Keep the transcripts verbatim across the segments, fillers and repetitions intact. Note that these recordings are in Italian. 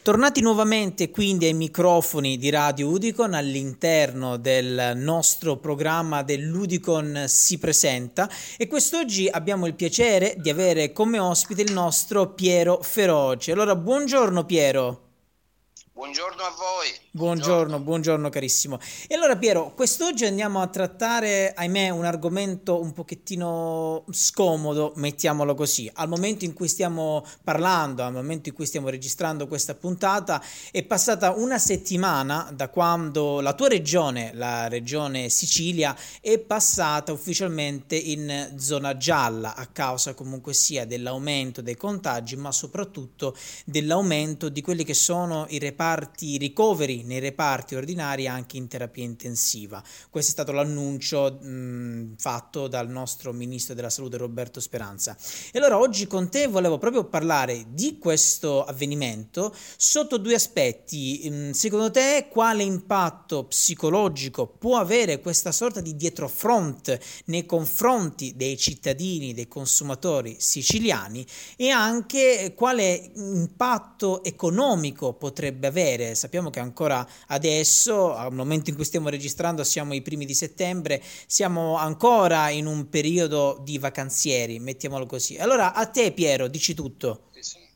Tornati nuovamente quindi ai microfoni di Radio Udicon all'interno del nostro programma dell'Udicon si presenta, e quest'oggi abbiamo il piacere di avere come ospite il nostro Piero Feroci. Allora, buongiorno Piero. Buongiorno a voi. Buongiorno, Buongiorno. buongiorno carissimo. E allora Piero, quest'oggi andiamo a trattare, ahimè, un argomento un pochettino scomodo, mettiamolo così. Al momento in cui stiamo parlando, al momento in cui stiamo registrando questa puntata, è passata una settimana da quando la tua regione, la regione Sicilia, è passata ufficialmente in zona gialla a causa comunque sia dell'aumento dei contagi, ma soprattutto dell'aumento di quelli che sono i reparti ricoveri nei reparti ordinari anche in terapia intensiva. Questo è stato l'annuncio mh, fatto dal nostro ministro della salute Roberto Speranza. E allora oggi con te volevo proprio parlare di questo avvenimento sotto due aspetti. Mh, secondo te quale impatto psicologico può avere questa sorta di dietrofront nei confronti dei cittadini, dei consumatori siciliani, e anche quale impatto economico potrebbe avere? Sappiamo che ancora adesso, al momento in cui stiamo registrando, siamo ai primi di settembre, siamo ancora in un periodo di vacanzieri, mettiamolo così. Allora, a te Piero, dici tutto. Sì, sì.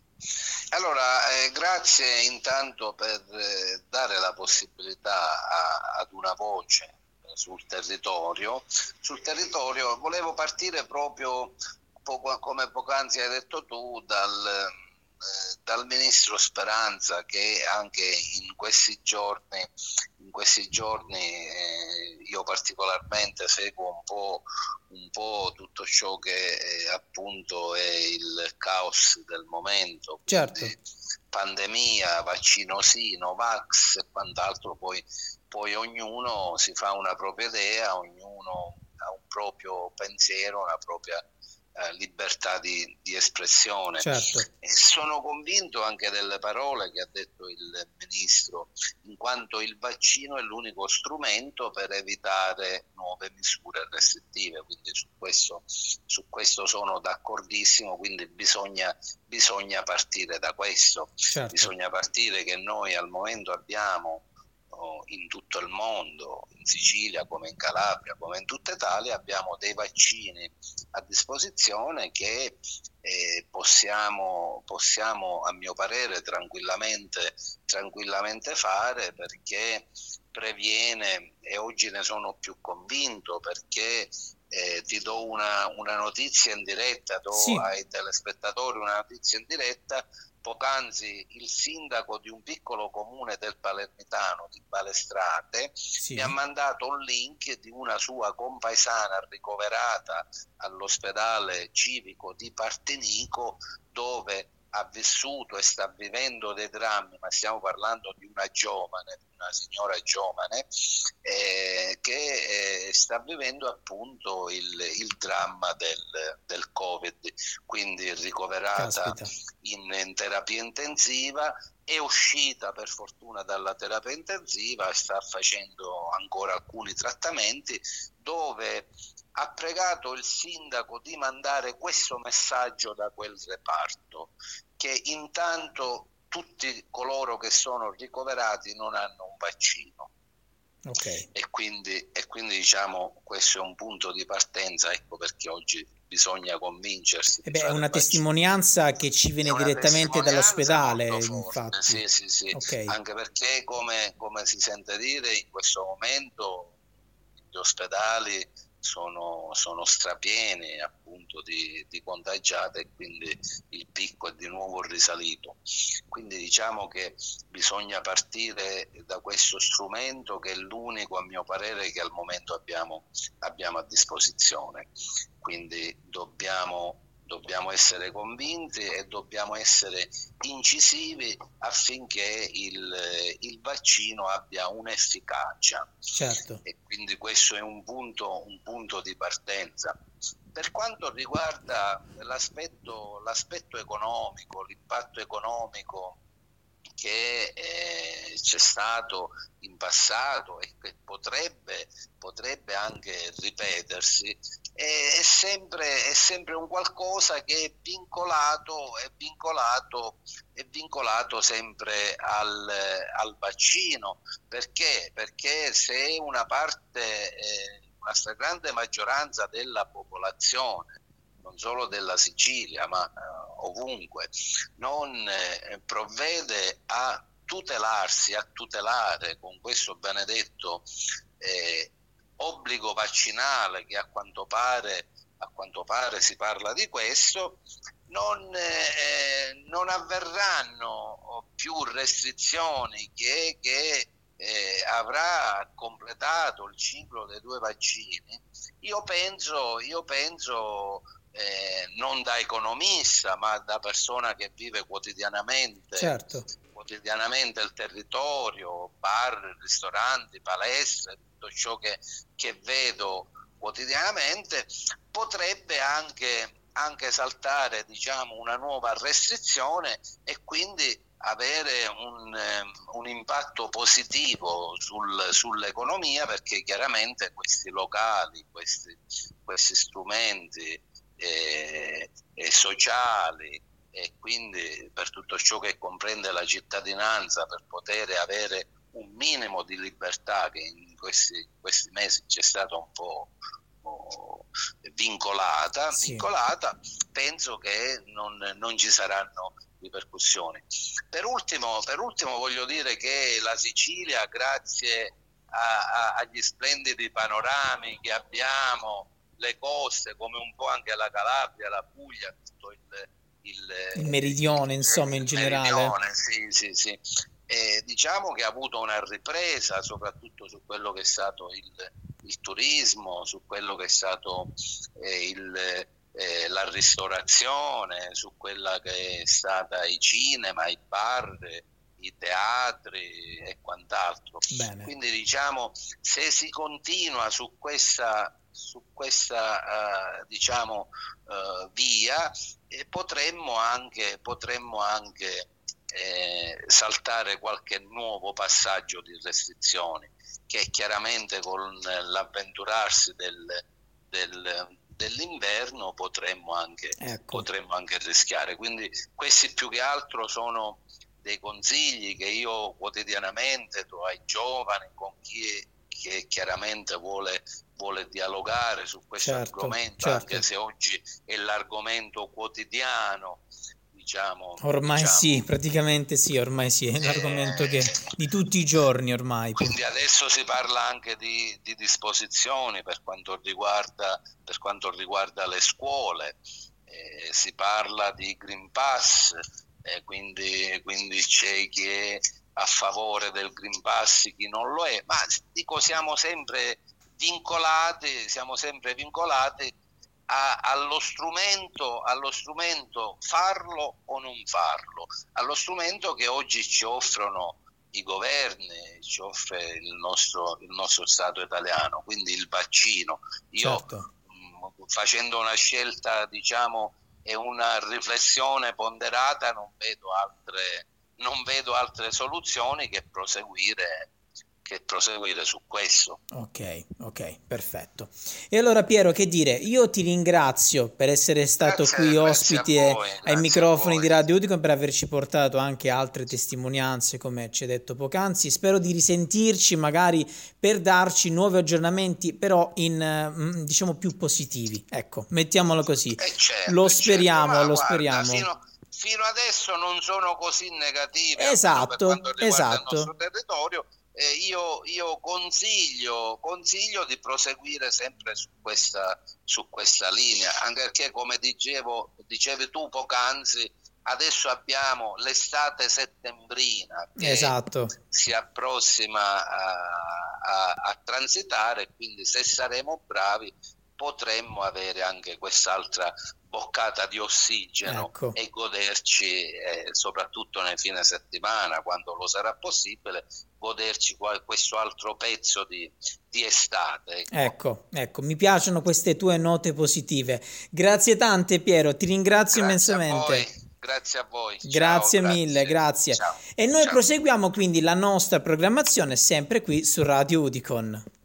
Allora, eh, grazie intanto per eh, dare la possibilità a, ad una voce sul territorio. Sul territorio volevo partire proprio, poco, come poc'anzi hai detto tu, dal... dal ministro Speranza, che anche in questi giorni in questi giorni eh, io particolarmente seguo un po', un po' tutto ciò che eh, appunto è il caos del momento, Certo. quindi pandemia, vaccino sì, Novax e quant'altro. Poi, poi ognuno si fa una propria idea, ognuno ha un proprio pensiero, una propria Eh, libertà di, di espressione. Certo. E sono convinto anche delle parole che ha detto il ministro, in quanto il vaccino è l'unico strumento per evitare nuove misure restrittive, quindi su questo, su questo sono d'accordissimo. Quindi bisogna, bisogna partire da questo, Certo. bisogna partire che noi al momento abbiamo in tutto il mondo, in Sicilia come in Calabria, come in tutta Italia, abbiamo dei vaccini a disposizione che eh, possiamo, possiamo, a mio parere, tranquillamente, tranquillamente fare, perché previene, e oggi ne sono più convinto, perché eh, ti do una, una notizia in diretta, do Sì. ai telespettatori una notizia in diretta. Poc'anzi il sindaco di un piccolo comune del Palermitano, di Balestrate, Sì. mi ha mandato un link di una sua compaesana ricoverata all'ospedale civico di Partinico, dove ha vissuto e sta vivendo dei drammi, ma stiamo parlando di una giovane, una signora giovane, eh, che eh, sta vivendo appunto il, il dramma del, del Covid, quindi ricoverata in, in terapia intensiva. È uscita per fortuna dalla terapia intensiva e sta facendo ancora alcuni trattamenti, dove ha pregato il sindaco di mandare questo messaggio da quel reparto, che intanto tutti coloro che sono ricoverati non hanno un vaccino. Okay. E quindi, e quindi diciamo questo è un punto di partenza, ecco perché oggi bisogna convincersi E di beh, è fare una il vaccino. testimonianza che ci viene È una direttamente testimonianza dall'ospedale, molto forte, infatti. sì, sì, sì. Okay. Anche perché come, come si sente dire, in questo momento gli ospedali sono, sono strapieni appunto di, di contagiati, e quindi il picco è di nuovo risalito. Quindi diciamo che bisogna partire da questo strumento, che è l'unico, a mio parere, che al momento abbiamo, abbiamo a disposizione. Quindi dobbiamo Dobbiamo essere convinti e dobbiamo essere incisivi affinché il, il vaccino abbia un'efficacia. Certo. E quindi questo è un punto, un punto di partenza. Per quanto riguarda l'aspetto, l'aspetto economico, l'impatto economico che eh, c'è stato in passato e che potrebbe, potrebbe anche ripetersi, è, è, sempre, è sempre un qualcosa che è vincolato, è vincolato è vincolato sempre al, al vaccino. Perché? Perché se una parte, eh, una stragrande maggioranza della popolazione, non solo della Sicilia, ma eh, ovunque, non eh, provvede a tutelarsi, a tutelare con questo benedetto eh, obbligo vaccinale, che a quanto pare, a quanto pare si parla di questo, non, eh, non avverranno più restrizioni. Che, che eh, avrà completato il ciclo dei due vaccini, io penso, io penso eh, non da economista, ma da persona che vive quotidianamente, certo. quotidianamente il territorio, bar, ristoranti, palestre, tutto ciò che, che vedo quotidianamente, potrebbe anche, anche saltare, diciamo, una nuova restrizione e quindi avere un, un impatto positivo sul, sull'economia, perché chiaramente questi locali, questi, questi strumenti eh, eh, sociali, e quindi per tutto ciò che comprende la cittadinanza, per poter avere un minimo di libertà che in questi, questi mesi c'è stata un po' vincolata, Sì. vincolata, penso che non, non ci saranno ripercussioni. Per ultimo, per ultimo voglio dire che la Sicilia, grazie a, a, agli splendidi panorami che abbiamo, le coste, come un po' anche la Calabria, la Puglia, tutto il, il, il meridione, il, insomma, il in generale. Meridione, sì, sì, sì. E diciamo che ha avuto una ripresa soprattutto su quello che è stato il, il turismo, su quello che è stato eh, il, eh, la ristorazione, su quella che è stata i cinema, i bar, i teatri e quant'altro. Bene. Quindi diciamo, se si continua su questa, su questa uh, diciamo uh, via, eh, potremmo anche, potremmo anche Eh, saltare qualche nuovo passaggio di restrizioni, che chiaramente con l'avventurarsi del, del, dell'inverno potremmo anche, ecco. potremmo anche rischiare. Quindi questi più che altro sono dei consigli che io quotidianamente do ai giovani, con chi è, che chiaramente vuole, vuole dialogare su questo certo, argomento, certo. anche se oggi è l'argomento quotidiano. Diciamo, ormai diciamo, sì, praticamente sì, ormai sì, è un eh, argomento che di tutti i giorni ormai. Quindi adesso si parla anche di, di disposizioni per quanto riguarda, per quanto riguarda le scuole, eh, si parla di Green Pass, eh, quindi, quindi c'è chi è a favore del Green Pass, chi non lo è, ma dico siamo sempre vincolati, siamo sempre vincolati A, allo strumento, allo strumento farlo o non farlo, allo strumento che oggi ci offrono i governi, ci offre il nostro, il nostro Stato italiano, quindi il vaccino. Io certo. mh, facendo una scelta, diciamo, e una riflessione ponderata, non vedo altre, non vedo altre soluzioni che proseguire che proseguire su questo. Ok, ok, perfetto. E allora Piero, che dire, io ti ringrazio per essere stato Grazie, qui grazie ospite a voi, ai grazie microfoni a voi. di Radio Udicon, per averci portato anche altre testimonianze, come ci hai detto poc'anzi. Spero di risentirci magari per darci nuovi aggiornamenti, però in, diciamo, più positivi. Ecco, mettiamolo così. Eh certo, lo eh speriamo, certo. Ma lo guarda, speriamo. Fino, fino adesso non sono così negative, almeno per Esatto, quanto riguarda esatto. il nostro territorio. Eh, io, io consiglio, consiglio di proseguire sempre su questa, su questa linea, anche perché, come dicevo, dicevi tu poc'anzi, adesso abbiamo l'estate settembrina che Esatto. si approssima a, a, a transitare, quindi se saremo bravi potremmo avere anche quest'altra boccata di ossigeno, ecco. e goderci, eh, soprattutto nel fine settimana, quando lo sarà possibile, goderci questo altro pezzo di, di estate. Ecco. ecco, ecco, mi piacciono queste tue note positive. Grazie tante Piero, ti ringrazio Grazie immensamente. A voi. Grazie a voi. Grazie Ciao, mille, grazie. Ciao. E noi Ciao. proseguiamo quindi la nostra programmazione sempre qui su Radio Udicon.